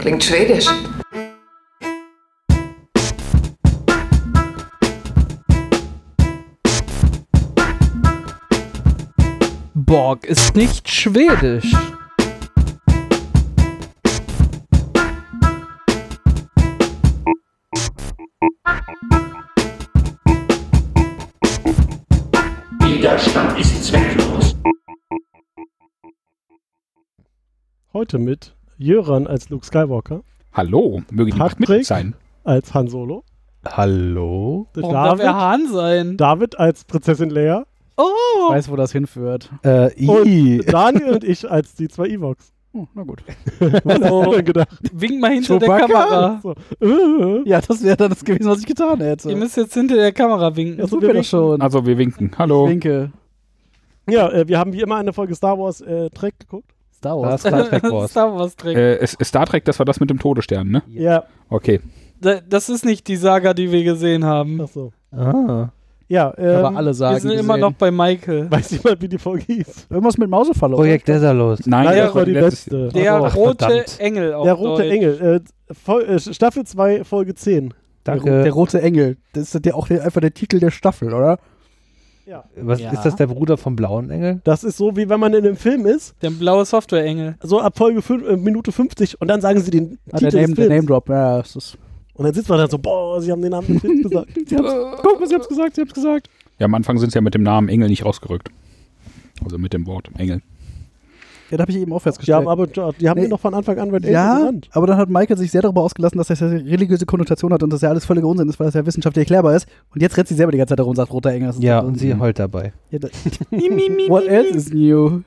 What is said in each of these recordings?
Klingt schwedisch. Borg ist nicht schwedisch. Widerstand ist zwecklos. Heute mit Jöran als Luke Skywalker, Hallo, möge die Macht mit uns sein. als Han Solo, Hallo? Warum darf er Hahn sein? David als Prinzessin Leia Oh! Weiß, wo das hinführt. und Daniel und ich als die zwei Ewoks. Oh, na gut. Was hast du denn gedacht? Wink mal hinter der Chewbacca? Kamera. So. Ja, das wäre dann das gewesen, was ich getan hätte. Ihr müsst jetzt hinter der Kamera winken. Ja, so wir das schon. Also wir winken. Hallo. Winke. Ja, wir haben wie immer eine Folge Star Wars Trek geguckt. Star Das Wars. Star Trek Wars. Star Wars Trick. Star Trek, das war das mit dem Todesstern, ne? Ja. Okay. Das ist nicht die Saga, die wir gesehen haben. Ach so. Ah. Ja, Aber alle sagen. Wir sind immer noch bei Michael. weiß ich mal, wie die Folge hieß. Irgendwas mit Mausefalle. Projekt Desalos. Nein, Nein, das das war die letzte. Der Ach, rote verdammt. Engel auf Der rote Deutsch. Engel. Staffel 2, Folge 10. Danke. Der rote Engel. Das ist ja auch einfach der Titel der Staffel, oder? Ja. Was, Ja. Ist das der Bruder vom blauen Engel? Das ist so, wie wenn man in einem Film ist, Der blaue Software-Engel. so ab Folge Minute 50 und dann sagen sie den Ah, Titel der des Films. Name Drop. Ja, das ist. Und dann sitzt man dann so, boah, sie haben den Namen des Films gesagt. Guck mal, sie haben's gesagt, sie haben's gesagt. Ja, am Anfang sind sie ja mit dem Namen Engel nicht rausgerückt. Also mit dem Wort Engel. Ja, da habe ich eben auch Die festgestellt. haben aber die haben Nee. den doch von Anfang an Red Angel Ja, genannt. aber dann hat Michael sich sehr darüber ausgelassen, dass das ja religiöse Konnotation hat und das ja alles völliger Unsinn ist, weil das ja wissenschaftlich erklärbar ist. Und jetzt rennt sie selber die ganze Zeit herum und sagt, roter Engel. Das ist Ja, so- und sie heult dabei. Ja, What else is new?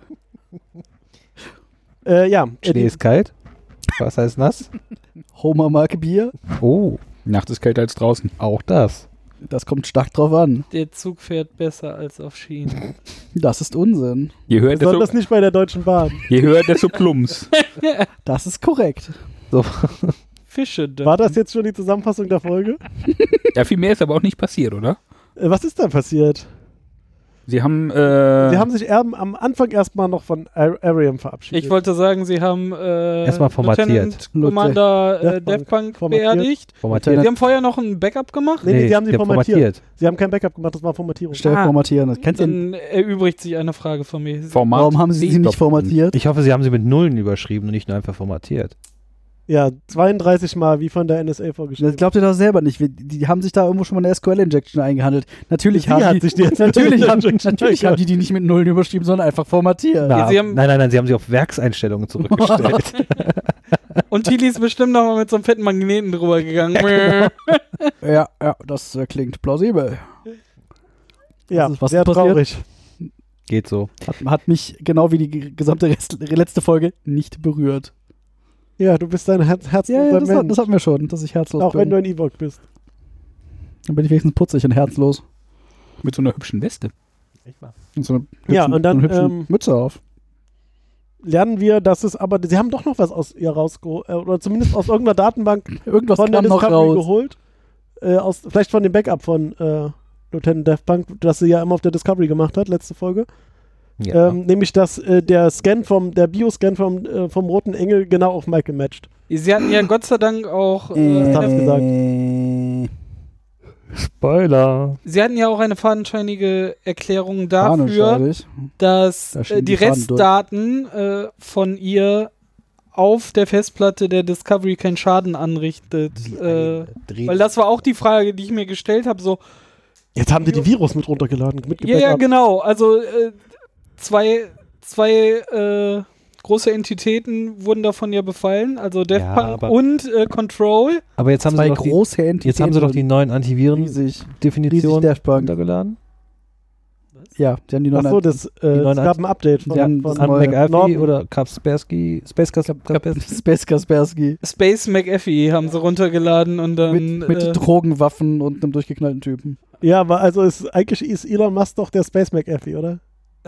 Ja, Schnee ist kalt. Was heißt nass? Homer mag Bier. Oh, Nachts ist kälter als draußen. auch das. Das kommt stark drauf an. Der Zug fährt besser als auf Schienen. Das ist Unsinn. Je höher, soll das desto, nicht bei der Deutschen Bahn? je höher, desto plumps. Das ist korrekt. So. Fische. War das jetzt schon die Zusammenfassung der Folge? Ja, viel mehr ist aber auch nicht passiert, oder? Was ist da passiert? Sie haben, Sie haben sich am Anfang erstmal noch von Ariam verabschiedet. Ich wollte sagen, sie haben Erstmal formatiert. Lieutenant Commander Daft Punk Daft Punk formatiert. beerdigt. Formatiert. Sie haben vorher noch ein Backup gemacht. Nee, sie haben sie die formatiert. Sie haben kein Backup gemacht, das war Formatierung. Schnell formatieren. Das kennst du. Dann erübrigt sich eine Frage von mir. Format. Warum haben sie sie nicht formatiert? Ich hoffe, sie haben sie mit Nullen überschrieben und nicht nur einfach formatiert. Ja, 32 Mal, wie von der NSA vorgestellt. Das glaubt ihr doch selber nicht. Die haben sich da irgendwo schon mal eine SQL-Injection eingehandelt. Natürlich Sie haben hat die, sich die natürlich haben SQL-Injection haben die nicht mit Nullen überschrieben, sondern einfach formatiert. Na, sie haben- nein, sie haben sie auf Werkseinstellungen zurückgestellt. Und Tilly ist bestimmt noch mal mit so einem fetten Magneten drüber gegangen. Ja, das klingt plausibel. Ja, was sehr ist passiert? traurig. Geht so. Hat mich, genau wie die gesamte letzte Folge, nicht berührt. Ja, du bist ein herzloser Ja, das, Mensch. das hatten wir schon, dass ich herzlos auch bin. wenn du ein Ewok bist. Dann bin ich wenigstens putzig und herzlos. Mit so einer hübschen Weste. Und so eine Ja, und dann, so eine hübschen Mütze auf. Lernen wir, dass es aber, sie haben doch noch was aus ihr rausgeholt, oder zumindest aus irgendeiner Datenbank Irgendwas von der kam noch Discovery raus. geholt. Vielleicht von dem Backup von Lieutenant Daft Punk, das sie ja immer auf der Discovery gemacht hat, letzte Folge. Ja. Nämlich, dass der Bioscan vom Roten Engel genau auf Michael matcht. Sie hatten ja Gott sei Dank auch hab's gesagt. Spoiler. Sie hatten ja auch eine fadenscheinige Erklärung dafür, Fahnenscheidig. dass Da stehen die die Fahnen durch. Restdaten von ihr auf der Festplatte der Discovery keinen Schaden anrichtet. Weil das war auch die Frage, die ich mir gestellt habe. So, Jetzt haben die die Virus mit runtergeladen. ja, genau. Also zwei große Entitäten wurden davon ja befallen. Also Daft Ja, Punk aber- und Control. Aber jetzt haben, Zwei sie doch große Entitäten. jetzt haben sie doch die neuen riesig Antiviren-Definitionen Daft Punk. runtergeladen. Ja, die haben die neuen. Achso, es neuen gab ein Update Die haben von An neue McAfee Norton. oder Kaspersky, Space Kaspersky. Space Kaspersky. Space McAfee haben sie runtergeladen und dann Mit Drogenwaffen und einem durchgeknallten Typen. Ja, aber also eigentlich ist Elon Musk doch der Space McAfee, oder?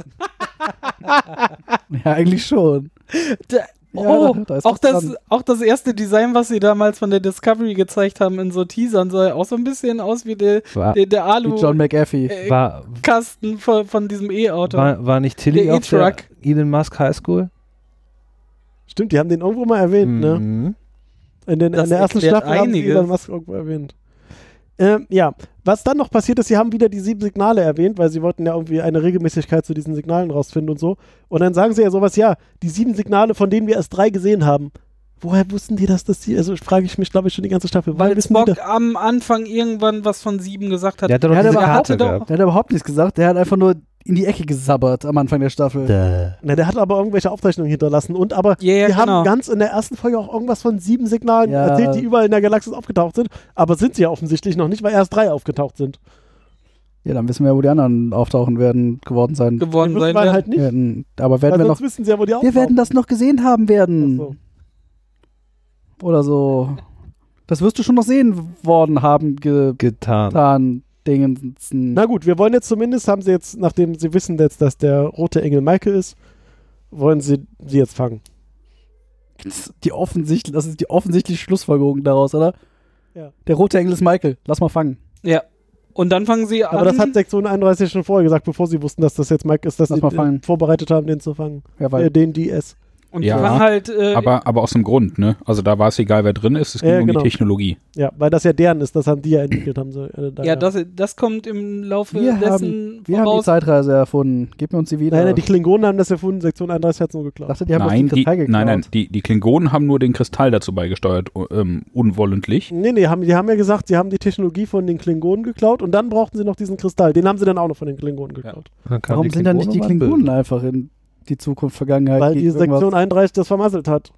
Ja, eigentlich schon. Oh, da ist auch was dran. auch das erste Design, was sie damals von der Discovery gezeigt haben in so Teasern, sah auch so ein bisschen aus wie der Wie Alu John McAfee. War, Kasten von diesem E-Auto. war nicht Tilly Der auf der E-Truck. Elon Musk High School? Stimmt, die haben den irgendwo mal erwähnt, ne? Mhm. In der ersten erklärt Staffel haben sie einiges. Elon Musk irgendwo erwähnt. Ja, was dann noch passiert ist, sie haben wieder die 7 Signale erwähnt, weil sie wollten ja irgendwie eine Regelmäßigkeit zu diesen Signalen rausfinden und so. Und dann sagen sie ja sowas, ja, die 7 Signale, von denen wir erst 3 gesehen haben. Woher wussten die, dass das die, also frage ich mich, glaube ich, schon die ganze Staffel. Weil wissen die Spock am Anfang irgendwann was von 7 gesagt hat. Der hat doch noch Ja, diese der Karte hatte doch- gehabt. Der hat überhaupt nichts gesagt, der hat einfach nur in die Ecke gesabbert am Anfang der Staffel. Na, der hat aber irgendwelche Aufzeichnungen hinterlassen und aber Ja, die genau. haben ganz in der ersten Folge auch irgendwas von 7 Signalen Ja. erzählt, die überall in der Galaxis aufgetaucht sind, aber sind sie ja offensichtlich noch nicht, weil erst 3 aufgetaucht sind. Ja, dann wissen wir, wo die anderen auftauchen geworden sein. geworden Die sein wissen wir werden. halt nicht, Aber weil werden wir sonst noch. wissen sie ja, wo die Wir auftauchen. werden das noch gesehen haben werden. Ach so. Oder so. Das wirst du schon noch sehen worden haben Getan. getan. Dingensen. Na gut, wir wollen jetzt zumindest, haben sie jetzt, nachdem sie wissen jetzt, dass der rote Engel Michael ist, wollen sie jetzt fangen. Das ist die offensichtliche Schlussfolgerung daraus, oder? Ja. Der rote Engel ist Michael. Lass mal fangen. Ja. Und dann fangen sie an. Aber das hat Sektion 31 schon vorher gesagt, bevor sie wussten, dass das jetzt Mike ist, dass Lass sie mal fangen. vorbereitet haben, den zu fangen. Ja, weil Den DS. und Ja, die fangen halt. Aber aus dem Grund, ne? Also da war es egal, wer drin ist, es ging Ja, um genau. die Technologie. Ja, weil das ja deren ist, das haben die ja entwickelt, haben sie. ja, das kommt im Laufe wir dessen haben die voraus. Zeitreise erfunden. Gib mir uns sie wieder. Nein, die Klingonen haben das erfunden, Sektion 31 hat es nur geklaut. dachte, die haben Nein, das Kristall geklaut. nein, die Klingonen haben nur den Kristall dazu beigesteuert, unwollentlich. Nee, die haben ja gesagt, sie haben die Technologie von den Klingonen geklaut und dann brauchten sie noch diesen Kristall. Den haben sie dann auch noch von den Klingonen geklaut. Warum sind dann nicht die Klingonen einfach in die Zukunft, Vergangenheit? Weil die gegen irgendwas? Sektion 31 das vermasselt hat.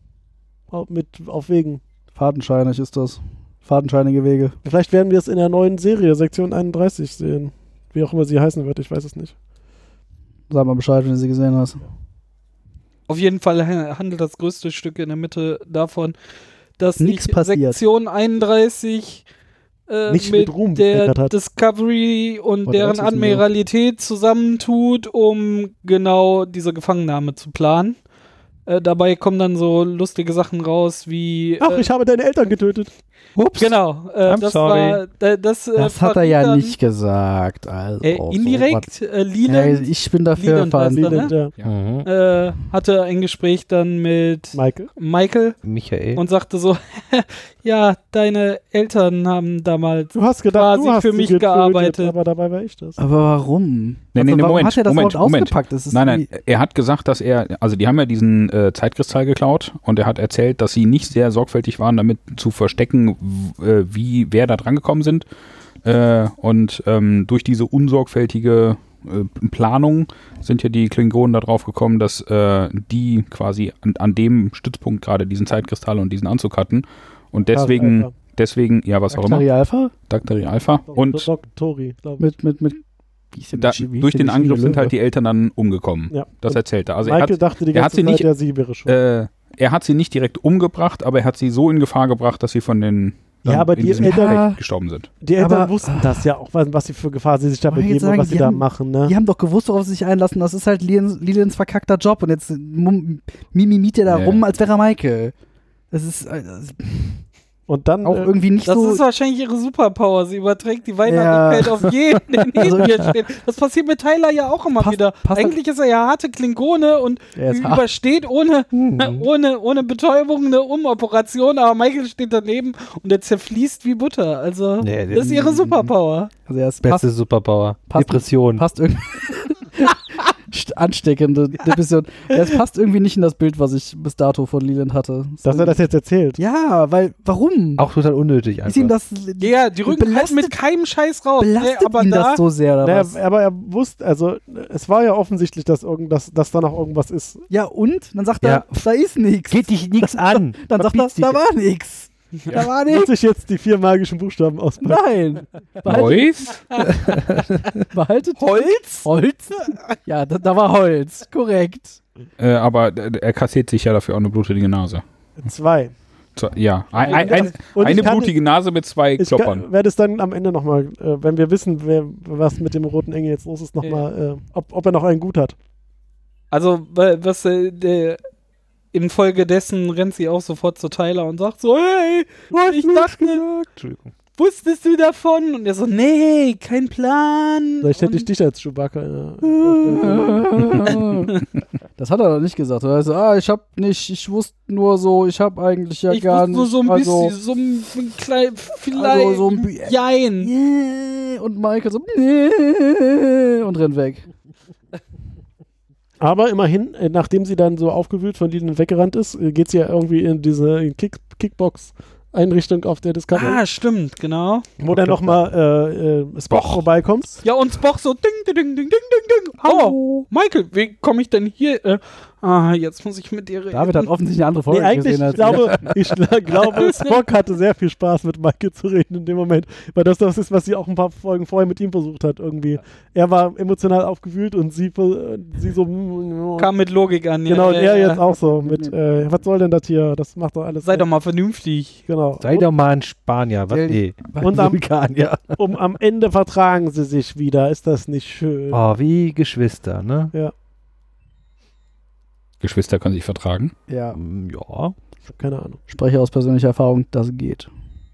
Auf Wegen. Fadenscheinig ist das. Fadenscheinige Wege. Vielleicht werden wir es in der neuen Serie, Sektion 31, sehen. Wie auch immer sie heißen wird, ich weiß es nicht. Sag mal Bescheid, wenn du sie gesehen hast. Auf jeden Fall handelt das größte Stück in der Mitte davon, dass Nix sich passiert. Sektion 31 Nicht mit mit Ruhm der bekleckert hat. Discovery und Oder deren ist es nur- Admiralität zusammentut, um genau diese Gefangennahme zu planen. Dabei kommen dann so lustige Sachen raus wie Ach, ich habe deine Eltern getötet. Ups. genau, I'm das sorry. war das Das hat er verriet ja dann, nicht gesagt. Also indirekt So, Leland ich bin dafür Leland heißt verantwortlich. er, ne? Leland, ja. Mhm. hatte ein Gespräch dann mit Michael. Michael Michael. und sagte so, ja, deine Eltern haben damals Du hast gedacht, quasi du hast für sie mich getötet, gearbeitet. aber dabei war ich das. Aber warum? Nee, Also, nee, warum Moment, hat er das Moment, überhaupt Moment. ausgepackt? Das ist Nein, irgendwie- er hat gesagt, dass also die haben ja diesen Zeitkristall geklaut und er hat erzählt, dass sie nicht sehr sorgfältig waren, damit zu verstecken, wer da dran gekommen sind. Und durch diese unsorgfältige Planung sind ja die Klingonen da drauf gekommen, dass die quasi an dem Stützpunkt gerade diesen Zeitkristall und diesen Anzug hatten. Und deswegen, ja, was auch immer, Daktari Alpha? Daktari Alpha. Und Tori, glaube ich. Mit wie ist denn die Chi- wie durch ist denn den die Angriff sind Löwe? halt die Eltern dann umgekommen. Ja. Das erzählt er. Also Michael dachte die er hat ganze sie Zeit, nicht- ja, sie wäre schon. er hat sie nicht direkt umgebracht, aber er hat sie so in Gefahr gebracht, dass sie von den Ja, aber in die diesem Eltern- Gefecht gestorben sind. Die Eltern aber- wussten das ja auch, was sie für Gefahr sie sich da Aber jetzt begeben und sagen, was sie die da haben- machen. Ne? Die haben doch gewusst, worauf sie sich einlassen. Das ist halt Lilians verkackter Job. Und jetzt mimimiert er da Ja. rum, als wäre er Michael. Das ist Und dann auch irgendwie nicht Das so. ist wahrscheinlich ihre Superpower. Sie überträgt die Weihnachtlichkeit auf jeden, der neben ihr steht. Das passiert mit Tyler ja auch immer Passt- wieder. passt- Eigentlich ist er ja harte Klingone und Er ist hart. übersteht ohne Betäubung eine Umoperation, aber Michael steht daneben und der zerfließt wie Butter. Also, Nee, das ist ihre Superpower. Also er ist Beste Superpower. passt- Depression. passt irgendwie. Ansteckende Depression. Ja, es passt irgendwie nicht in das Bild, was ich bis dato von Leland hatte. dass er das jetzt erzählt. Ja, weil, warum? Auch total unnötig Ist ihm einfach. das. Ja, die rücken halt belastet, mit keinem Scheiß raus. belastet aber ihn da, das so sehr, oder Naja, was? aber er wusste, also es war ja offensichtlich, dass da noch irgendwas ist. Ja, und? Dann sagt Ja. er, da ist nichts. Geht dich nichts an. Dann sagt er, Verpiss dich. da war nichts. Da war Muss nichts. ich jetzt die 4 magischen Buchstaben auspacken? Nein. Behaltet, behaltet Holz? Holz? Ja, da war Holz. Korrekt. Aber er kassiert sich ja dafür auch eine blutige Nase. 2. Ja, Und ich eine kann- blutige Nase mit 2 Ich Kloppern. werde es dann am Ende nochmal, wenn wir wissen, was mit dem roten Engel jetzt los ist, nochmal, ob er noch einen gut hat. Also, was infolgedessen rennt sie auch sofort zu Tyler und sagt so, hey, ich dachte, Entschuldigung. wusstest du davon? Und er so, nee, kein Plan. Vielleicht hätte ich Und dich als Chewbacca. Ja. Das hat er doch nicht gesagt. Er so, ich wusste nur so, ich habe eigentlich ja ich gar wusste nur nicht. so ein also, bisschen, so ein klein, vielleicht, Also so ein jein. und Michael so und rennt weg. Aber immerhin, nachdem sie dann so aufgewühlt von denen weggerannt ist, geht sie ja irgendwie in diese Kickbox-Einrichtung auf der Discovery, Ah, stimmt, genau. wo dann nochmal Spock vorbeikommt. Ja, und Spock so, ding, ding, ding, ding, ding, ding. Hallo, Michael, wie komme ich denn hier? Jetzt muss ich mit dir reden. David hat offensichtlich eine andere Nee, Folge eigentlich, gesehen. ich glaube, Spock hatte sehr viel Spaß mit Michael zu reden in dem Moment, weil das ist, was sie auch ein paar Folgen vorher mit ihm versucht hat irgendwie. Er war emotional aufgewühlt und sie so Kam mit Logik an. genau, und er ja. jetzt auch so mit, was soll denn das hier? Das macht doch alles Sei Sinn. doch mal vernünftig. Genau. Sei doch mal ein Spanier. Was? Stell- Nee. Und am, ja. am Ende vertragen sie sich wieder. Ist das nicht schön? Oh, wie Geschwister, ne? Ja, Geschwister können sich vertragen. Ja, Ja. ich hab keine Ahnung. spreche aus persönlicher Erfahrung, das geht.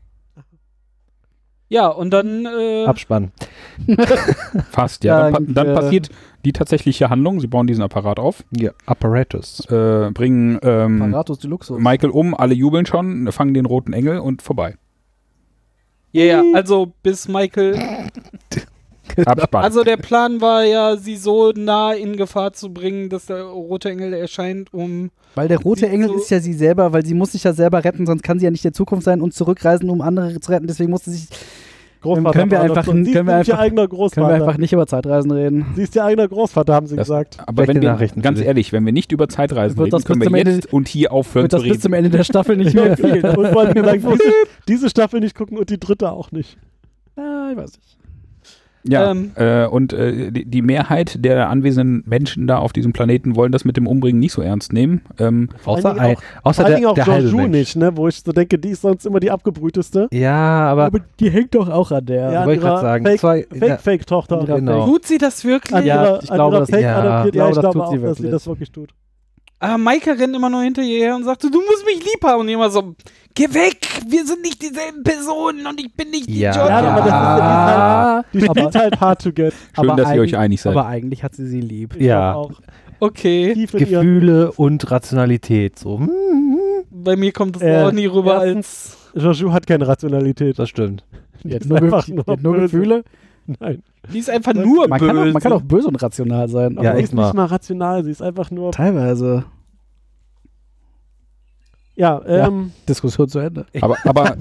Ja, und dann Abspann. Fast, ja. Dann, Dann passiert die tatsächliche Handlung. Sie bauen diesen Apparat auf, Ja. Apparatus. bringen Apparatus Deluxe. Michael um, alle jubeln schon, fangen den roten Engel und vorbei. ja, also bis Michael. Abspann. Also der Plan war ja, sie so nah in Gefahr zu bringen, dass der rote Engel erscheint, um. Weil der rote Sie Engel so- ist ja sie selber, weil sie muss sich ja selber retten, sonst kann sie ja nicht der Zukunft sein und zurückreisen, um andere zu retten. Deswegen musste sich. Großvater Können wir war einfach- das so. Sie können wir ist ihr einfach- eigener Können wir Großvater. einfach nicht über Zeitreisen reden. Sie ist ihr eigener Großvater, haben sie Das- gesagt. Aber wenn Schlechte wir, Nachrichten ganz für dich. ehrlich, wenn wir nicht über Zeitreisen Wird reden, das können bis wir zum Ende- jetzt und hier aufhören Wird zu das bis reden. zum Ende der Staffel nicht mehr viel. Und vor allem sagen, diese Staffel nicht gucken und die dritte auch nicht. Ich weiß nicht. Ja, und die Mehrheit der anwesenden Menschen da auf diesem Planeten wollen das mit dem Umbringen nicht so ernst nehmen. Außer, allen Dingen außer Vor allen Dingen auch der halbe Georgiou Mensch. nicht, ne? Wo ich so denke, die ist sonst immer die abgebrühteste. Ja, aber die hängt doch auch an der. Ja, wollte ich ihrer grad sagen, Fake-Tochter. An ihrer genau. Tut sie das wirklich? An Ja, ihrer, ich an glaube, ihrer das- Fake ja, adoptiert. ich glaube, ich das glaube tut auch, sie dass sie wirklich. das wirklich tut. Aber Michael rennt immer nur hinter ihr her und sagt so, du musst mich lieb haben. Und immer so, geh weg, wir sind nicht dieselben Personen und ich bin nicht die Ja. Georgie. Ja, aber das ist, die aber, spielt halt hard to get. Schön, dass ihr euch eigentlich- einig seid. aber eigentlich hat sie lieb. Ich Ja. glaub auch. Okay, Tief in ihr. Gefühle und Rationalität. So. bei mir kommt es Äh, auch nie rüber erstens- als, Georgiou hat keine Rationalität. Das stimmt. Die hat ist nur, einfach die nur hat nur böse. Gefühle. Nein. die ist einfach nur Man böse. kann auch böse und rational sein. Ja, aber Sie echt ist nicht mal rational, sie ist einfach nur. teilweise. Ja, Diskussion zu Ende. Aber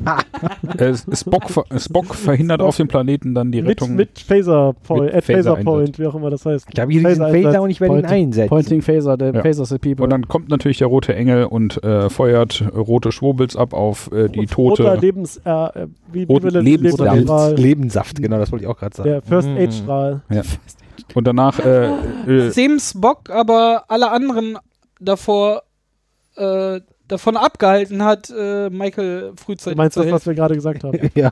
Spock verhindert auf dem Planeten dann die Rettung. mit Phaser Point, Mit Phaser Phaser-Einsatz. Point, wie auch immer das heißt. Ich habe hier diesen Phaser-Einsatz. Phaser und ich werde ihn einsetzen. Pointing Phaser, der Ja. Phasers the People. Und dann kommt natürlich der rote Engel und feuert rote Schwurbels ab auf die tote. Roter Lebens, wie Roten will das Lebenssaft. Lebensstrahl. Lebenssaft, genau, das wollte ich auch gerade sagen. Der First Aid Strahl. Und danach Dem Spock aber alle anderen davon abgehalten hat, Michael Du frühzeitig meinst zu das, was helfen. wir gerade gesagt haben? Ja.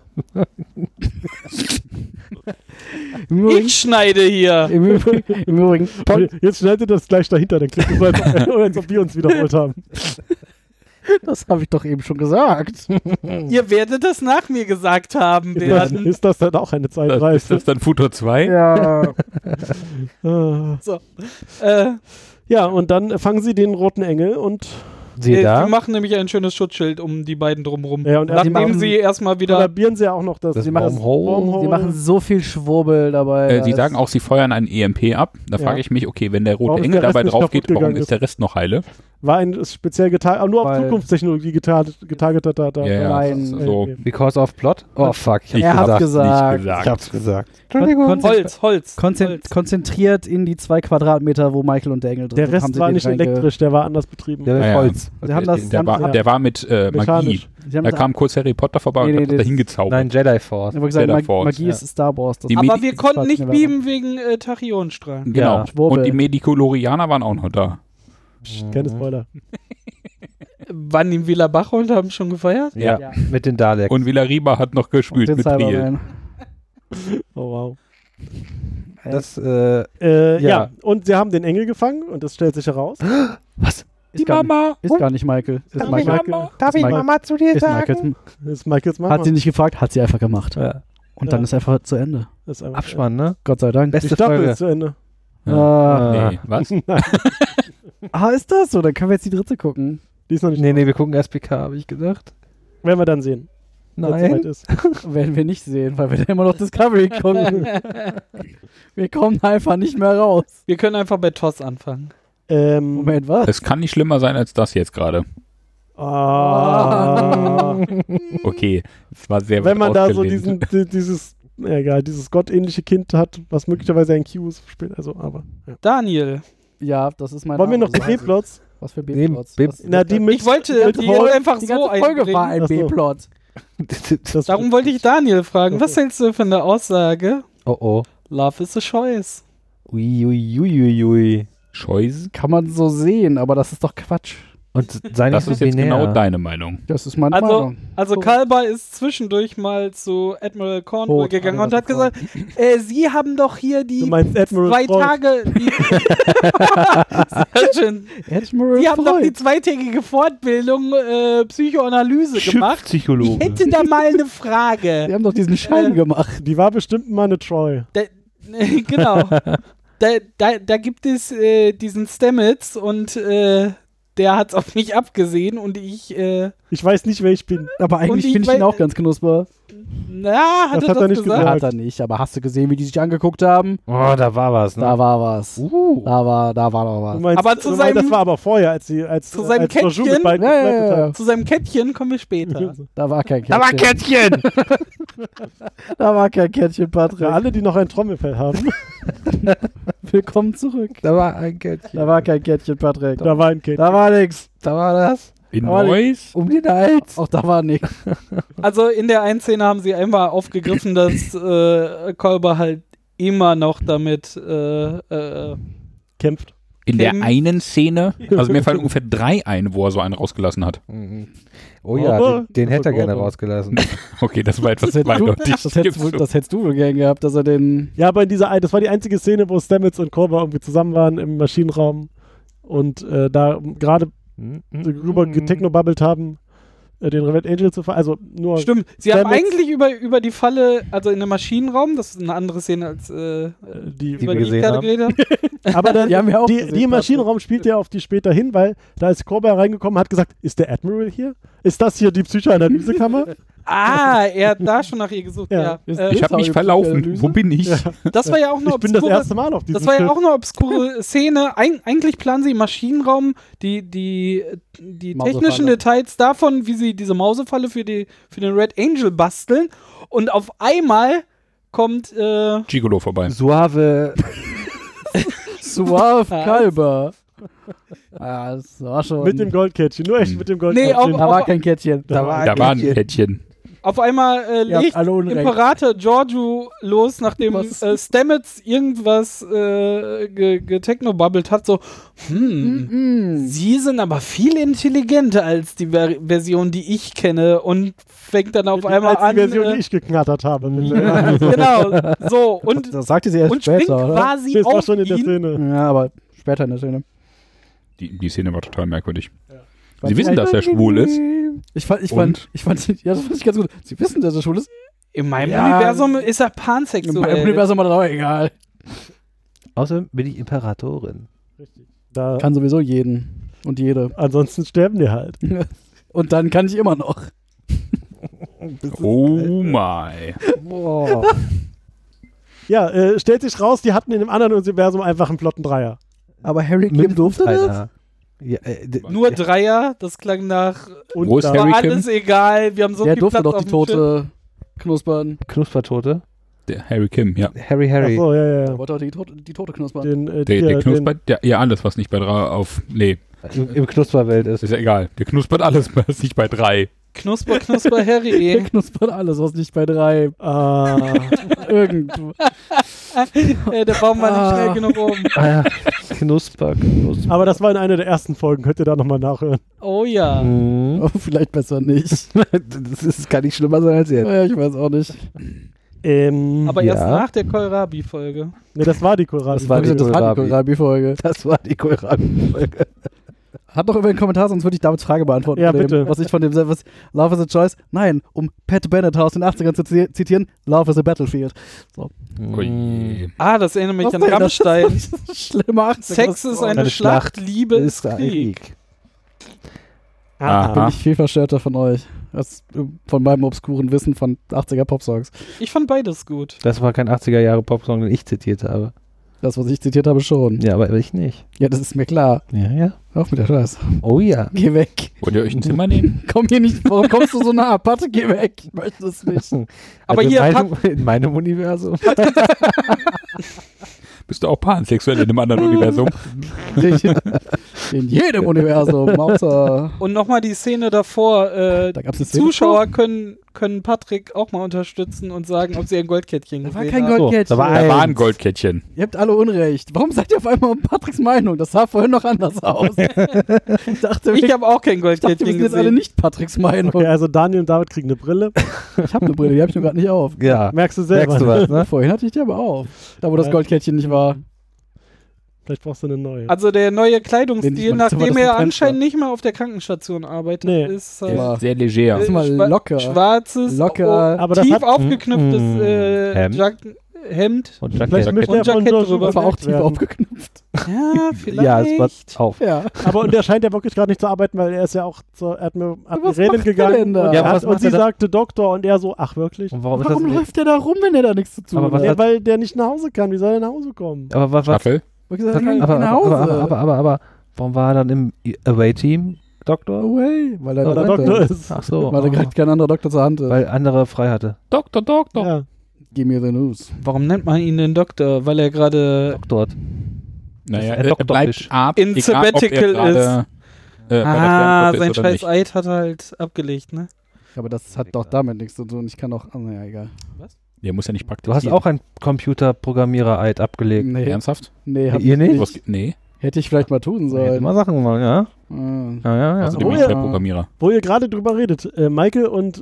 Im Übrigen, Ich schneide hier. im Übrigen Jetzt schneidet das gleich dahinter, dann klingt es so, als ob wir uns wiederholt haben. das habe ich doch eben schon gesagt. Ihr werdet das nach mir gesagt haben werden. Ist das dann auch eine ist Zeitreise? das dann Futur 2? Ja. Ah. Äh, Ja, und dann fangen sie den roten Engel und Siehe die da, machen nämlich ein schönes Schutzschild um die beiden drumherum. Ja, und Nachdem machen- sie erstmal wieder. kollabieren sie ja auch noch das. das sie machen- Wormhole. Sie machen so viel Schwurbel dabei. Sie sagen auch, sie feuern einen EMP ab. Da Ja. frage ich mich, okay, wenn der rote Warum ist Engel der Rest dabei nicht drauf geht, kaputt warum gegangen ist der Rest noch heile? War ein speziell getargetet, aber nur auf Weil- Zukunftstechnologie getargetet hat. Ja, ja, Nein. das ist so. Because of Plot? Oh fuck, ich Er hab's hat gesagt. gesagt. Ich hab's gesagt. Holz. Konzentriert in die 2 Quadratmeter, wo Michael und der Engel drin Der sind, haben Rest sie war den nicht reinge- elektrisch, der war anders betrieben. Der Ja, ja. Holz. Sie haben das- Der war mit Magie. Mechanisch. Sie haben Da das- kam kurz Harry Potter vorbei Nee, und nee, hat das das- dahin gezaubert. Nein, Jedi Force. Ich habe gesagt, Jedi Force, Magie ja. ist Star Wars. Das Die Aber Medi- wir konnten Quatsch, nicht ne, beamen wegen Tachyonstrahlen. Genau. Ja, Schwurbel. Und die Medikolorianer waren auch noch da. Psst, keine Spoiler. Wann in Villa Bach und haben schon gefeiert? Ja, Ja. mit den Daleks. Und Villarriba hat noch gespült den mit Priel. Cyberman. Oh wow. das, Ja. Ja. Und sie haben den Engel gefangen und das stellt sich heraus. was? Die Mama. Ist gar nicht Michael. Ist Michael. Darf ich Mama zu dir Ist Michaels, Das ist Michaels Mama. hat sie nicht gefragt, hat sie einfach gemacht. Ja. Und dann ist einfach zu Ende. Das ist einfach, Abspann, ne? Gott sei Dank. Die Beste Staffel Folge. ist zu Ende. Nee, was? Ist das so? Dann können wir jetzt die dritte gucken. Die ist noch nicht. Nee, wir gucken erst PK, habe ich gesagt. Werden wir dann sehen. wenn's soweit Nein. ist. Werden wir nicht sehen, weil wir dann immer noch Discovery gucken. Wir kommen einfach nicht mehr raus. Wir können einfach bei TOS anfangen. Moment, was? Es kann nicht schlimmer sein als das jetzt gerade. Okay, es war sehr Wenn man da so ausgelehnt. dieses gottähnliche Kind hat, was möglicherweise ein Q ist später. Also, aber. Ja. Daniel. Ja, das ist mein Wollen wir Name, noch die so B-Plots? Was für Nee, B-Plots? Na, die mit, Ich wollte mit die Hall- einfach Die so ganze Folge war ein Ach so. B-Plot. das Darum wollte ich Daniel fragen. Was hältst du von der Aussage? Oh. Love is a choice. Ui. Scheiße. Kann man so sehen, aber das ist doch Quatsch. Und sei Das nicht ist so jetzt binär. genau deine Meinung. Das ist meine Also, Meinung. also So. Kalber ist zwischendurch mal zu Admiral Cornwall Tot, gegangen alles und hat sofort. gesagt, Sie haben doch hier Du die meinst Admiral 2 Freud. Tage... Sehr schön. Admiral Sie haben doch die Freud. 2-tägige Fortbildung Psychoanalyse gemacht. Ich Schiffpsychologe. hätte da mal eine Die Frage. haben doch diesen Schein gemacht. Die war bestimmt mal eine Troy. Genau. Da gibt es diesen Stamets und der hat's auf mich abgesehen und ich, Ich weiß nicht, wer ich bin. Aber eigentlich ich finde ich ihn weiß- auch ganz knusper. na, hat Das er hat er das nicht gesagt? gesagt. Hat er nicht, aber hast du gesehen, wie die sich angeguckt haben? Oh, da war was, ne? Da war was. Da war noch Du was. meinst, Aber zu du meinst, seinem- das war aber vorher, als zu seinem als Jojo Kettchen? mit beiden Ja, ja, geflirtet ja. hat. Zu seinem Kettchen kommen wir später. Da war kein Da war Kettchen. Kätzchen! Da war kein Kettchen, Für Patrick. alle, die noch ein Trommelfell haben, Willkommen zurück. Da war ein Kätzchen. Da war kein Kettchen, Patrick. da war ein Kind. Da war nix. Da war das. In Aber Neuss? Um den Hals. Auch da war nix. Also in der einen Szene haben sie einmal aufgegriffen, dass Kolber halt immer noch damit Kämpft. In der Kim. einen Szene, also mir fallen ungefähr 3 ein, wo er so einen rausgelassen hat. Oh ja, Aber- den hätte er das gerne war rausgelassen. Okay, das war etwas Das zweideutig. Das hättest du wohl gern gehabt, dass er den... Ja, aber in dieser, das war die einzige Szene, wo Stamets und Korva irgendwie zusammen waren im Maschinenraum und da gerade drüber getechnobubbelt haben, den Red Angel zu fahren. Also nur. Stimmt, sie haben Stamets- eigentlich über die Falle, also in dem Maschinenraum, das ist eine andere Szene als die über wir die ich gesehen gerade haben. geredet habe. Aber dann, Die haben wir auch die gesehen, im Maschinenraum spielt ja auf die später hin, weil da ist Korva reingekommen, hat gesagt, ist der Admiral hier? Ist das hier die Psychoanalysekammer? Er hat da schon nach ihr gesucht, Ja. ja. Ich habe mich verlaufen. Wo bin ich? Das war ja auch eine Ich bin das obskure, erste Mal auf diesem das war ja Schiff. auch eine obskure Szene. Eigentlich planen sie im Maschinenraum die Mausefalle. technischen Details davon, wie sie diese Mausefalle für den Red Angel basteln. Und auf einmal kommt Gigolo vorbei. Suave. Suave Kalber. Ja, das war schon... Mit dem Goldkettchen, nur echt mit dem Nee, Goldkettchen. auch- Da war kein Kettchen. Da war Da war ein Kätzchen. Kettchen. auf einmal Ihr habt legt alle Unrecht. Imperator Giorgio los, nachdem Was? Stamets irgendwas getechnobubbelt hat, so, sie sind aber viel intelligenter als die Version, die ich kenne, und fängt dann auf einmal als die an. Version, die ich geknattert habe. Genau, so, und Das sagte sie erst und springt später, oder? quasi Das war auf schon in der ihn. Szene. Ja, aber später in der Szene. Die Szene war total merkwürdig. Fand Sie ich wissen, dass er schwul ist. ja, das fand ich ganz gut. Sie wissen, dass er schwul ist? In meinem Ja. Universum ist er Im pansexuell. Universum war das auch egal. Außerdem bin ich Imperatorin. Da, Kann sowieso jeden und jede. ansonsten sterben die halt. Und dann kann ich immer noch. Oh my. Boah. Ja, stellt sich raus, die hatten in dem anderen Universum einfach einen flotten Dreier. Aber Harry Kim durfte das? Alter. Ja, Nur Dreier, das klang nach, Und Wo ist da- Harry war Kim? alles egal, wir haben so Der viel durfte Platz doch auf die dem Schiff. Tote knuspern. Knuspertote? Der Harry Kim, ja. Harry. Achso, ja, ja. Der wollte doch die Tote knuspern. Den, Der knuspert, ja, alles, was nicht bei 3 auf. Nee, Im Knusperwelt ist. ist ja egal. Der knuspert alles, was nicht bei 3. Knusper, Knusper, Der Harry. knuspert alles, was nicht bei 3 irgendwo. Der Baum war nicht schnell genug oben. Knusper. aber das war in einer der ersten Folgen, könnt ihr da nochmal nachhören. Oh ja. Mhm. Oh, vielleicht besser nicht. Das kann nicht schlimmer sein als jetzt. Ja, ich weiß auch nicht. Aber erst Ja. nach der Kohlrabi-Folge. Ne, das war die Kohlrabi. Das war die Das war die Kohlrabi. Kohlrabi-Folge. Das war die Kohlrabi-Folge. Hat noch irgendwer einen Kommentar, sonst würde ich Davids Frage beantworten. Ja, von dem, bitte. Was ich von dem, was Love is a Choice? Nein, um Pat Bennett aus den 80ern zu zitieren, Love is a Battlefield. So. Ui. Das erinnert mich Was an denn? Rammstein. Schlimme 80er. Sex ist eine Schlacht, Liebe ist Krieg. Aha. Bin ich viel verstörter von euch. Als von meinem obskuren Wissen von 80er Popsongs. Ich fand beides gut. Das war kein 80er-Jahre-Popsong, den ich zitiert habe. Das, was ich zitiert habe, schon. Ja, aber ich nicht. Ja, das ist mir klar. Ja. Auch mit der Scheiß. Oh ja. Geh weg. Wollt ihr euch ein Zimmer nehmen? Komm hier nicht. Warum kommst du so nah? Patte, geh weg. Ich möchte es nicht. Aber Also hier, in meinem Universum. Bist du auch pansexuell in einem anderen Universum? In jedem Universum. Außer. Und nochmal die Szene davor. Da gab's eine Die Szene Zuschauer können Patrick auch mal unterstützen und sagen, ob sie ein Goldkettchen Da war gesehen kein haben. Goldkettchen. da war Da war ein ein Goldkettchen. Ihr habt alle Unrecht. Warum seid ihr auf einmal um Patricks Meinung? Das sah vorhin noch anders aus. Ich dachte, Ich habe auch kein wir Goldkettchen sind jetzt alle gesehen. nicht Patricks Meinung. Okay, also Daniel und David kriegen eine Brille. Ich habe eine Brille, die habe ich nur gerade nicht auf. Ja. Merkst du selber. Merkst du was, ne? Vorhin hatte ich die aber auf. Da, wo das Ja. Goldkettchen nicht war. Vielleicht brauchst du eine neue. Also der neue Wenn Kleidungsstil, ich mal- nachdem das er ein anscheinend nicht mehr auf der Krankenstation arbeitet, Nee. ist Ja. Sehr leger. ist mal locker. schwarzes, Locker. Aber das tief hat- aufgeknüpftes Hemd Und Vielleicht Jackett. mischt und er von Jackett George drüber. Das war auch Lucas tief werden. aufgeknüpft. Ja, vielleicht. Ja, es war auf. Ja. Aber und der scheint ja wirklich gerade nicht zu arbeiten, weil er ist ja auch zur Admiralin macht der gegangen denn da? und, Ja, er aber hat, was macht und sie er da? sagte Doktor und er so, ach wirklich? Und warum ist Warum das? läuft der da rum, wenn der da nichts zu tun Aber was hat? Ja, weil der nicht nach Hause kann. Wie soll er nach Hause kommen? Aber was? Staffel. Ich gesagt, geh nach Aber, Hause. aber, warum war er dann im Away-Team, Doktor? Away, weil er Weil er Doktor ist. Ach so. Weil er gerade kein anderer Doktor zur Hand ist. Weil andere frei hatte. Doktor. Ja. Give me the news. Warum nennt man ihn den Doktor? Weil er gerade Doktor. Naja, Er er Doktor bleibt ist. Arzt, In egal, ob er Sabbatical gerade, bei der Fernfahrt sein ist oder scheiß nicht. Eid hat er halt abgelegt, ne? Aber das hat doch damit nichts zu tun. Ich kann auch. Oh, naja, egal. Der muss ja nicht Du praktizieren. hast auch einen Computerprogrammierer-Eid abgelegt. Nee, Ernsthaft? nee, hab Ihr ich nicht? Was, nee, Hätte ich vielleicht mal tun Hätte sollen. mal Sachen gemacht, ja. Ah. Ja. außerdem Oh bin ich ja. der Programmierer. Wo ihr gerade drüber redet, Michael und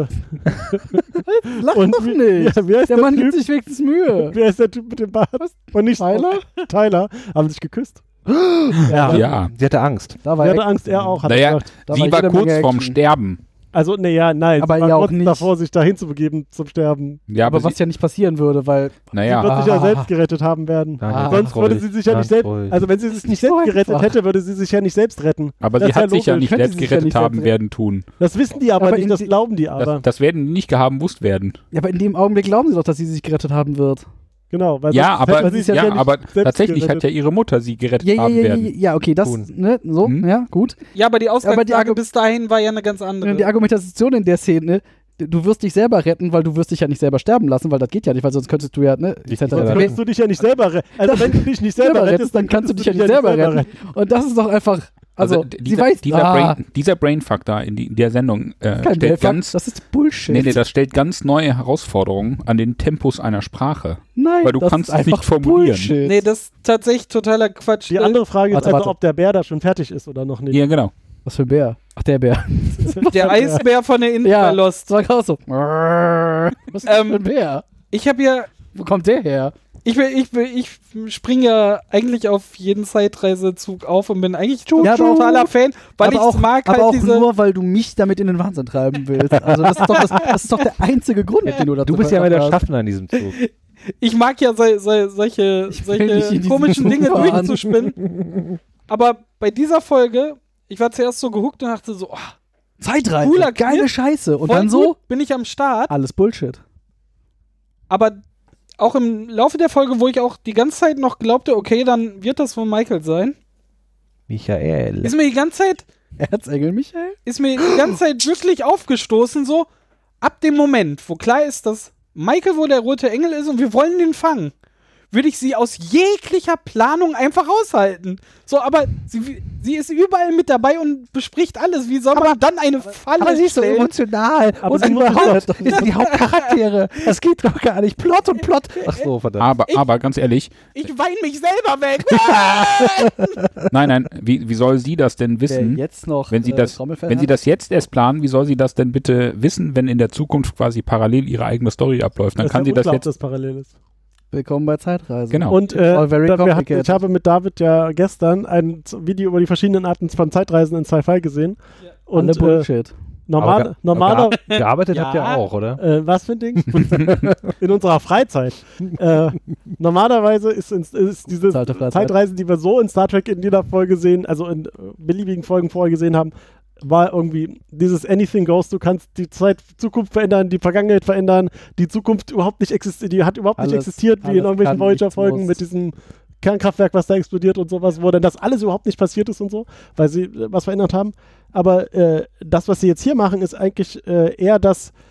Lach und doch nicht. Ja, wie heißt Der Mann Typ? gibt sich wenigstens Mühe. Wer ist der Typ mit dem Bart? Und nicht Tyler? Tyler. Haben sich geküsst. Ja. Sie hatte Angst. Da war Sie hatte Action. Angst, er auch. Hat Naja, gesagt. Da sie war war jede kurz Menge vorm Action. Sterben. Also, nein. Aber sie war ja auch kurz nicht. davor, sich dahin zu begeben zum Sterben. Ja, Aber aber was ja nicht passieren würde, weil. Sie naja, wird sich ja Ah. selbst gerettet haben werden. Daniel, Sonst ruhig. würde sie sich ja nicht Ganz selbst. ruhig. Also, wenn sie sich nicht so selbst gerettet einfach. hätte, würde sie sich ja nicht selbst retten. aber das sie ist ja hat sich ja logisch. nicht Könnte selbst sie sich ja gerettet nicht haben selbst werden tun. Das wissen die aber Aber nicht, in das die- glauben die aber. Das werden die nicht gehaben wusst werden. Ja, aber in dem Augenblick glauben sie doch, dass sie sich gerettet haben wird. Genau. Weil Ja, sonst aber, hätte sie sich ja nicht aber selbst tatsächlich hat gerettet. ja ihre Mutter sie gerettet Ja, haben werden. ja, okay, das, Tun. ne, so, Hm? ja, gut. Ja, aber die Ausgangslage Argu- bis dahin war ja eine ganz andere. Die Argumentation in der Szene, du wirst dich selber retten, weil du wirst dich ja nicht selber sterben lassen, weil das geht ja nicht, weil sonst könntest du ja, ne, Dich etc. nicht selber Sonst retten. könntest du dich ja nicht selber retten. Also, wenn du dich nicht selber rettest, dann kannst du dich ja nicht selber retten. Und das ist doch einfach, also, sie weiß, dieser Brainfuck da in der Sendung kein stellt Brainfuck, ganz, das ist Bullshit. nee, das stellt ganz neue Herausforderungen an den Tempus einer Sprache. Nein, weil du das kannst ist es nicht einfach formulieren. Bullshit. Nee, das ist tatsächlich totaler Quatsch. Die andere Frage ist Warte, also, warte. ob der Bär da schon fertig ist oder noch nicht. Ja, genau. Was für ein Bär? Ach, der Bär. Der Eisbär von der Insel Ja. Lost. Sag auch so. Was ist das für ein Bär? Ich habe ja, Wo kommt der her? ich springe ja eigentlich auf jeden Zeitreisezug auf und bin eigentlich Ja, aber totaler Fan, weil ich aber auch, mag aber halt auch diese. nur, weil du mich damit in den Wahnsinn treiben willst. Also das ist doch der einzige Grund, den du dazu Du bist ja immer der hast. Schaffner in diesem Zug. Ich mag ja solche Ich will nicht in diesen komischen Zug Dinge fahren. durchzuspinnen. Aber bei dieser Folge, ich war zuerst so gehuckt und dachte so, oh, Zeitreise, Cooler geile Clip. Scheiße. Und voll dann so, gut, bin ich am Start. alles Bullshit. Aber auch im Laufe der Folge, wo ich auch die ganze Zeit noch glaubte, okay, dann wird das wohl Michael sein, Michael. ist mir die ganze Zeit wirklich aufgestoßen, so ab dem Moment, wo klar ist, dass Michael wohl der rote Engel ist und wir wollen den fangen, würde ich sie aus jeglicher Planung einfach raushalten. So, aber sie ist überall mit dabei und bespricht alles. Wie soll man dann eine Falle Aber sie ist so stellen? emotional. Aber Und sie muss überhaupt doch sind die Hauptcharaktere. Das geht doch gar nicht. Plot und Plot. Ach so, verdammt. Aber ganz ehrlich, Ich weine mich selber weg. nein, wie soll sie das denn wissen? Jetzt noch Wenn sie das jetzt erst planen, wie soll sie das denn bitte wissen, wenn in der Zukunft quasi parallel ihre eigene Story abläuft? Dann Das ist kann ja sie das unklar, ob jetzt. das parallel ist. Willkommen bei Zeitreisen. Genau. Und all very complicated. ich habe mit David ja gestern ein Video über die verschiedenen Arten von Zeitreisen in Sci-Fi gesehen. Ja. Und Alle Bullshit. normaler Gearbeitet Ja. habt ihr auch, oder? was für ein Ding? In unserer Freizeit. Normalerweise ist diese Zahlte Freizeit. Zeitreisen, die wir so in Star Trek in jeder Folge sehen, also in beliebigen Folgen vorher gesehen haben, war irgendwie dieses Anything Goes, du kannst die Zukunft verändern, die Vergangenheit verändern, die Zukunft überhaupt nicht existiert, die hat überhaupt nicht Alles- existiert, wie in alles irgendwelchen kann, Voyager-Folgen nichts mit muss. diesem Kernkraftwerk, was da explodiert und sowas, wo dann das alles überhaupt nicht passiert ist und so, weil sie was verändert haben. Aber das, was sie jetzt hier machen, ist eigentlich eher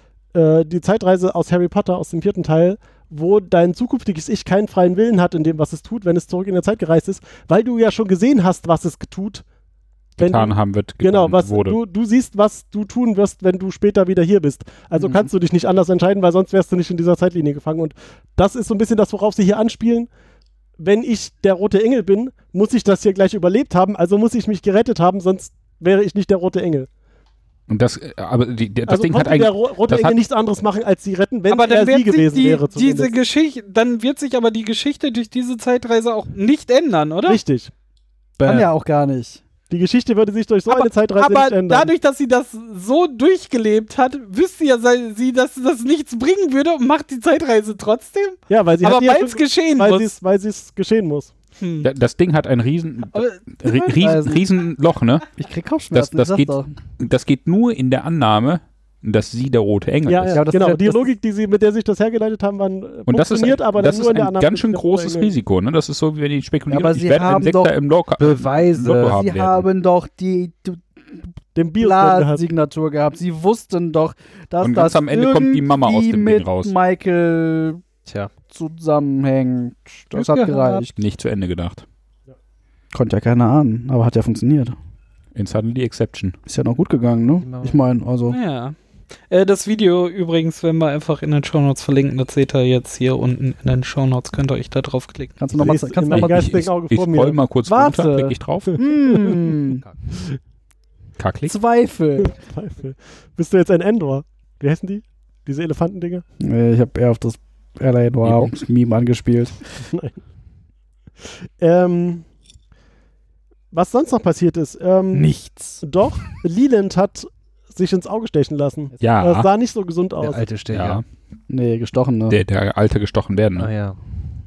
die Zeitreise aus Harry Potter, aus dem 4. Teil, wo dein zukünftiges Ich keinen freien Willen hat in dem, was es tut, wenn es zurück in der Zeit gereist ist, weil du ja schon gesehen hast, was es tut. Wenn Getan du, haben wird, genau, getan wurde. du siehst, was du tun wirst, wenn du später wieder hier bist. Also kannst du dich nicht anders entscheiden, weil sonst wärst du nicht in dieser Zeitlinie gefangen. Und das ist so ein bisschen das, worauf sie hier anspielen. Wenn ich der rote Engel bin, muss ich das hier gleich überlebt haben, also muss ich mich gerettet haben, sonst wäre ich nicht der rote Engel. Und das, aber das Also Ding hat konnte der eigentlich. rote das Engel hat- nichts anderes machen, als sie retten, wenn aber er dann sie wird sich gewesen wäre. diese zumindest. Geschichte, dann wird sich aber die Geschichte durch diese Zeitreise auch nicht ändern, oder? Richtig. Kann ja auch gar nicht. Die Geschichte würde sich durch so aber eine Zeitreise nicht aber ändern. dadurch, dass sie das so durchgelebt hat, wüsste ja sie, dass das nichts bringen würde und macht die Zeitreise trotzdem. Ja, weil sie Aber hat ja weil schon- es geschehen weil muss. weil es geschehen muss. Das Ding hat ein Aber, Riesenloch, ne? Ich krieg Kopfschmerzen. Das ich sag's geht- doch. Das geht nur in der Annahme, dass sie der rote Engel Ja, ist. ja, Ja, das genau. ist ja- Die das- Logik, mit der sich das hergeleitet haben, Und das ist, funktioniert, aber dann das nur ist in der ein Annahme. ganz schön dass großes der Engel- Risiko, ne? Das ist so, wie wenn die spekulieren, Aber ich sie werde einen haben Sektor doch im Lotto Beweise. haben Sie werden. haben doch die Den Bios gehabt. Blas-Signatur gehabt. Sie wussten doch, dass Und das ganz am Ende kommt die Mama aus irgendwie dem Ding mit raus. Michael Tja. zusammenhängt. Das Glück hat gehabt. gereicht. Nicht zu Ende gedacht. Konnte ja keiner ahnen, aber hat ja funktioniert. In Suddenly Exception. Ist ja noch gut gegangen, ne? Genau. Ich meine, also. ja. Das Video übrigens, wenn wir einfach in den Shownotes verlinken, das seht ihr jetzt hier unten in den Shownotes, könnt ihr euch da draufklicken. Kannst du nochmal. Siehst Kannst in du noch meinem mal geistigen Auge Ich vor scroll mir. mal kurz Warte. runter, klicke ich drauf. Kacklig. Zweifel. Zweifel. Bist du jetzt ein Endor? Wie heißen die? Diese Elefantendinger? Ich habe eher auf das L.A. Noir Meme angespielt. Was sonst noch passiert ist? Nichts. Doch, Leland hat sich ins Auge stechen lassen. Das Ja, sah nicht so gesund Der aus. alte Stecher. ja. Nee, gestochen, ne? Der alte gestochen werden. Ah Ne? ja.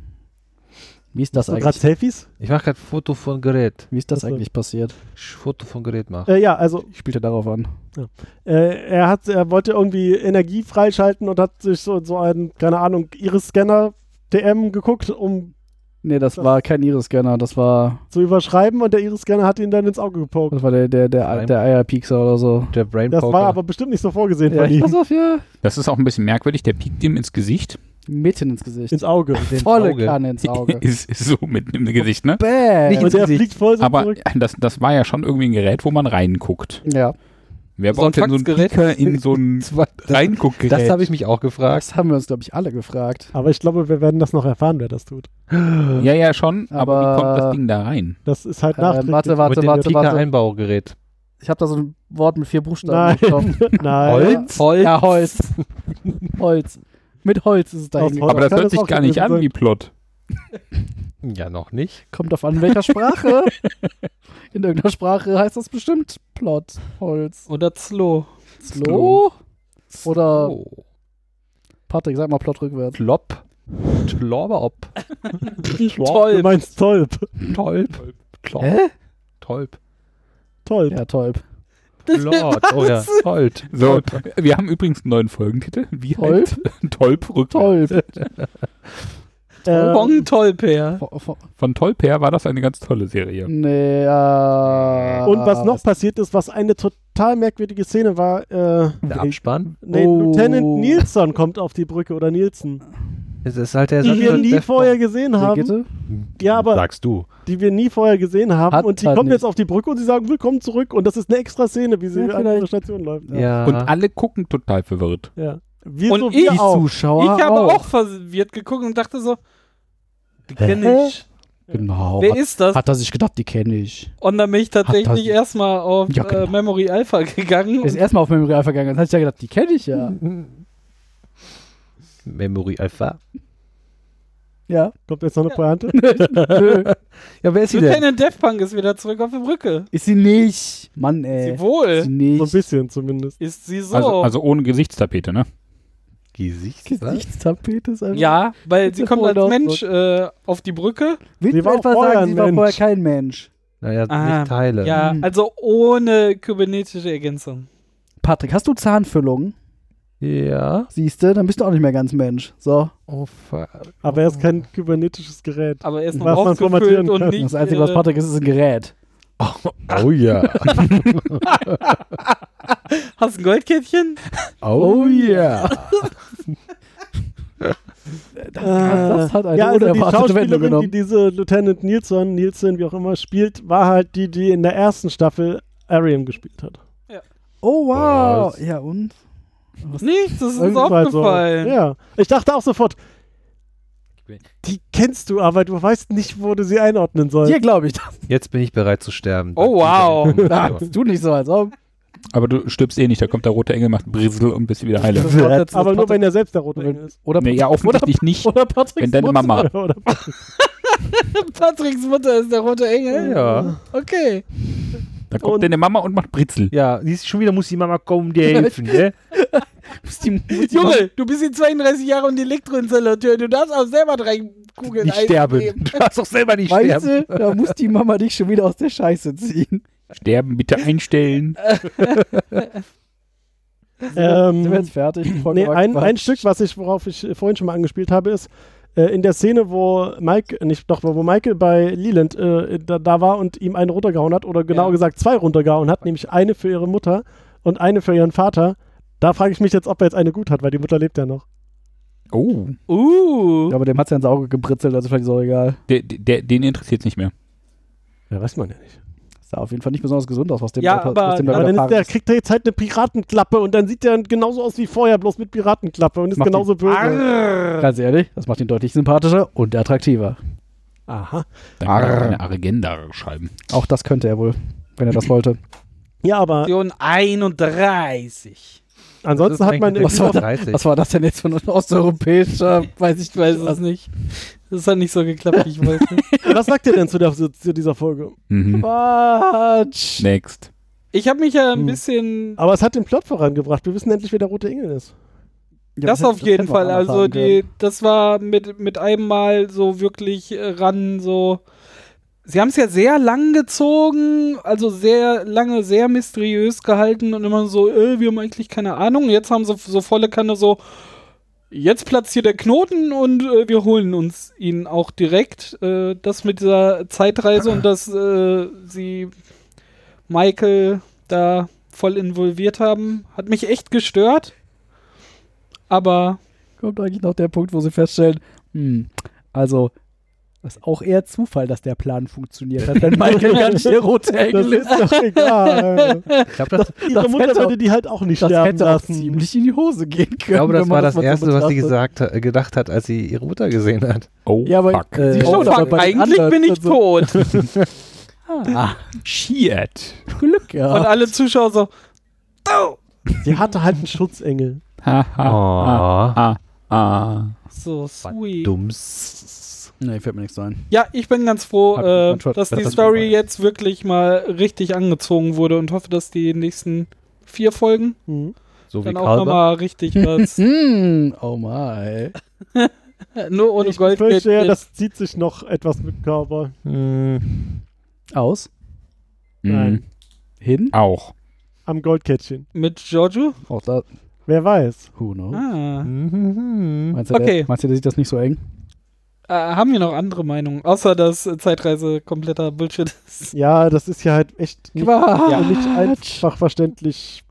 Wie ist das Hast du gerade eigentlich? Selfies? Ich mache gerade Foto von Gerät. Wie ist das Achso. eigentlich passiert? Foto von Gerät machen. Ja, also Ich spielte darauf an. er wollte irgendwie Energie freischalten und hat sich so einen, keine Ahnung, Iris-Scanner DM geguckt, um Nee, das war kein Iris-Scanner, das war zu überschreiben und der Iris-Scanner hat ihn dann ins Auge gepokt. der Eierpiekser oder so. Der Brain Das Poker. war aber bestimmt nicht so vorgesehen Ja, von ich ihm. pass auf, ja. Das ist auch ein bisschen merkwürdig. Der piekt ihm ins Gesicht. Mädchen ins Gesicht. Ins Auge. Volle Auge. Kanne ins Auge. ist so mit im Gesicht, ne? Bäh. Und der fliegt voll so Aber zurück. das war ja schon irgendwie ein Gerät, wo man reinguckt. Ja, Wer So ein baut denn so ein Faxgerät? Pieker in so ein Reinguckgerät? Das habe ich mich auch gefragt. das haben wir uns, glaube ich, alle gefragt. Aber ich glaube, wir werden das noch erfahren, wer das tut. Ja, ja, schon. Aber Aber- wie kommt das Ding da rein? Das ist halt nachträglich. Warte. Mit dem Pika-Einbaugerät. Ich habe da so ein Wort mit 4 Buchstaben. drauf. Nein. Nein. Holz. Ja, Holz. Holz. Mit Holz ist es da Aus hingekommen. Aber das kann hört das sich auch gar nicht gewesen an sein. wie Plot. Ja, noch nicht. Kommt auf an, welcher Sprache. In irgendeiner Sprache heißt das bestimmt Plot. Holz. Oder Zlo. Slow? Oder Oh. Patrick, sag mal Plot rückwärts. Plop. Tlorber-op. Du Toll. meinst Tolp. Tolp. Klop. Hä? Tolp. Tolp. Ja, Tolp. Lord. Oh ja. Tolt. So, wir haben übrigens einen neuen Folgentitel. Wie Tolp? heißt Tolp rückwärts. Tolp. Bong Tolper. Von Tolper war das eine ganz tolle Serie. Nee, ja. Und was noch passiert ist, was eine total merkwürdige Szene war, Der Abspann. Lieutenant Nielsen kommt auf die Brücke oder Nielsen, Es ist halt der die wir nie Def- vorher gesehen haben. Brigitte? Ja, aber Sagst du. die wir nie vorher gesehen haben Hat und die er kommen nicht. jetzt auf die Brücke und sie sagen, willkommen zurück und das ist eine extra Szene, wie sie Ja, an der vielleicht. Station läuft. Ja. Und alle gucken total verwirrt. Ja. Wir Und so, ich- wir auch. Zuschauer Ich habe auch verwirrt geguckt und dachte so, die kenne ich. Genau. Wer ist das? Hat er sich gedacht, die kenne ich. Und dann bin ich tatsächlich er- erstmal auf Ja, genau. Memory Alpha gegangen. Ist erstmal auf Memory Alpha gegangen. Dann hatte ich ja gedacht, die kenne ich ja. Memory Alpha. Ja. Kommt jetzt noch eine Pointe? Nö. Ja, wer ist sie denn? Lieutenant Daft Punk ist wieder zurück auf der Brücke. Ist sie nicht. Mann, ey. Sie wohl. Ist sie nicht. So ein bisschen zumindest. Ist sie so. Also ohne Gesichtstapete, ne? Gesichtstapete ist einfach. ja, weil sie kommt als Voll Mensch auf die Brücke. Willst Sie du war etwa auch vorher sagen, ein sie war Mensch. vorher kein Mensch? Naja, Ah, nicht Teile. Ja, also ohne kybernetische Ergänzung. Patrick, hast du Zahnfüllung? Ja. Siehste, dann bist du auch nicht mehr ganz Mensch. So. Oh, fuck. Aber er ist kein kybernetisches Gerät. Aber er ist noch Was man ausgefüllt formatieren und kann. nicht. Das Einzige, was Patrick ist ein Gerät. Oh ja. Hast du ein Goldkettchen? Oh ja. Das hat eine ja, also die unerwartete Wendung Schauspielerin, die genommen. diese Lieutenant Nielsen, wie auch immer, spielt, war halt die in der ersten Staffel Ariam gespielt hat. Oh, wow. Was? Ja, und? Nichts, das ist uns Irgendwann aufgefallen. So. Ja, ich dachte auch sofort, die kennst du, aber du weißt nicht, wo du sie einordnen sollst. Dir glaube ich das. Jetzt bin ich bereit zu sterben. Oh, wow. Du nicht so, als ob. Aber du stirbst eh nicht, da kommt der rote Engel, macht Brissel und bist wieder heile. Aber nur, wenn er selbst der rote Engel ist. Oder, Nee, ja, offensichtlich nicht, oder Patricks wenn deine Mutter. Mama. Oder Patricks Mutter ist der rote Engel. Ja. Okay. Da kommt Und- deine Mama und macht Britzel. Ja, schon wieder muss die Mama kommen, dir helfen, ne? Muss die Junge, du bist in 32 Jahre und Elektroinstallateur. Du darfst auch selber 3 Kugeln Nicht Eis sterben. nehmen. Du darfst doch selber nicht Weißt sterben. du, da muss die Mama dich schon wieder aus der Scheiße ziehen. Sterben bitte einstellen. Sind wir jetzt fertig? Die Folge Nee, war ein Quatsch. Stück, worauf ich vorhin schon mal angespielt habe, ist in der Szene, wo Michael bei Leland da war und ihm eine runtergehauen hat, oder genauer Ja. gesagt 2 runtergehauen hat, nämlich eine für ihre Mutter und eine für ihren Vater. Da frage ich mich jetzt, ob er jetzt eine gut hat, weil die Mutter lebt ja noch. Oh, Ja, aber dem hat es ja ins Auge gebritzelt, also vielleicht ist auch egal. den interessiert es nicht mehr. Ja, weiß man ja nicht. Sah auf jeden Fall nicht besonders gesund aus, was dem Ja, da aber- was dem da Aber dann widerfahren kriegt er jetzt halt eine Piratenklappe und dann sieht er genauso aus wie vorher, bloß mit Piratenklappe und ist Macht genauso böse. Ganz ehrlich, das macht ihn deutlich sympathischer und attraktiver. Aha. Dann kann er eine Agenda schreiben. Auch das könnte er wohl, wenn er das wollte. Ja, aber Option 31. ansonsten hat man Was war, da, 30. was war das denn jetzt von ein osteuropäischer? Ich weiß es nicht. Das hat nicht so geklappt, wie ich wollte. Was sagt ihr denn zu dieser Folge? Mhm. Quatsch. Next. Ich habe mich ja ein bisschen. Aber es hat den Plot vorangebracht. Wir wissen endlich, wer der rote Engel ist. Ja, Das auf jeden Fall. Also das war mit einem Mal so wirklich ran so. Sie haben es ja sehr lang gezogen, also sehr lange, sehr mysteriös gehalten und immer so, wir haben eigentlich keine Ahnung. Jetzt haben sie so volle Kanne so, jetzt platzt hier der Knoten und wir holen uns ihn auch direkt. Das mit dieser Zeitreise und dass sie Michael da voll involviert haben, hat mich echt gestört. Aber Kommt eigentlich noch der Punkt, wo sie feststellen, also, das ist auch eher Zufall, dass der Plan funktioniert hat, wenn Michael gar nicht der rote Das Engel ist ist. doch egal. Ich glaube, das, Ihre Mutter hätte würde die halt auch nicht Das sterben hätte auch lassen. ziemlich in die Hose gehen können. ich glaube, das wenn man war das mal so Erste, was sie betrachtet. gedacht hat, als sie ihre Mutter gesehen hat. Oh, Ja, aber, fuck. äh, oh, aber fuck, bei den eigentlich anderen bin ich so- tot. Shit. Glück, ja. Und alle Zuschauer so, Sie hatte halt einen Schutzengel. so sweet. Dumms. Nee, fällt mir nichts so ein. Ja, ich bin ganz froh, Hab ich mein Shot- dass die das Story ist jetzt wirklich mal richtig angezogen wurde und hoffe, dass die nächsten 4 Folgen Mhm. So wie dann auch Kalber. nochmal richtig was. Oh my. Nur ohne Ich befürchte ja, Goldkettchen. das zieht sich noch etwas mit Cowboy. Aus? Nein. Hin? Auch. Am Goldkettchen. Mit Giorgio? Auch da. Wer weiß. Who knows? Ah. Meinst du, Okay. meinst du, der sieht das nicht so eng? Haben wir noch andere Meinungen? Außer, dass Zeitreise kompletter Bullshit ist. Ja, das ist ja halt echt nicht, Quatsch. nicht einfach verständlich.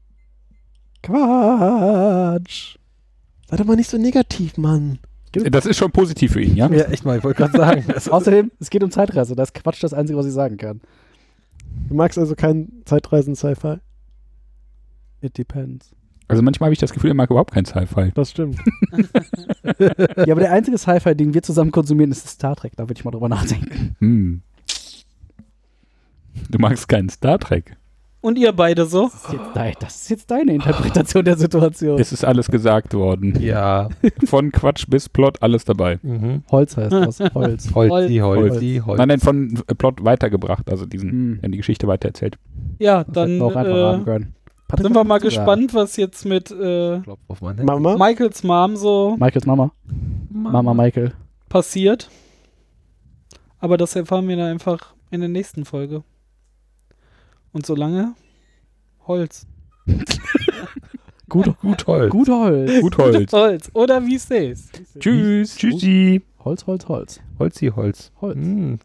Quatsch. Sei doch mal nicht so negativ, Mann. Das ist schon positiv für ihn, ja? Ja, echt mal, ich wollte gerade sagen. Außerdem, es geht um Zeitreise. Das ist Quatsch das Einzige, was ich sagen kann. Du magst also kein Zeitreisen-Sci-Fi. It depends. Also manchmal habe ich das Gefühl, er mag überhaupt kein Sci-Fi. Das stimmt. Ja, aber der einzige Sci-Fi, den wir zusammen konsumieren, ist Star Trek. Da würde ich mal drüber nachdenken. Du magst keinen Star Trek. Und ihr beide so? Das ist jetzt deine Interpretation der Situation. Es ist alles gesagt worden. Ja. Von Quatsch bis Plot, alles dabei. Holz heißt das. Holz. Holzi. Nein, von Plot weitergebracht, also die Geschichte weitererzählt. Ja, Das dann hätten wir auch einfach raten können. sind wir mal gespannt, was jetzt mit Klopf auf mein Handy. Mama? Michaels Mom so Michaels Mama. Mama Michael. passiert. Aber das erfahren wir dann einfach in der nächsten Folge. Und solange Holz. Gut Holz. Gut Holz. Gut Holz. Holz. Oder wie es ist. Tschüss. Tschüssi. Holz. Holzi. Holz.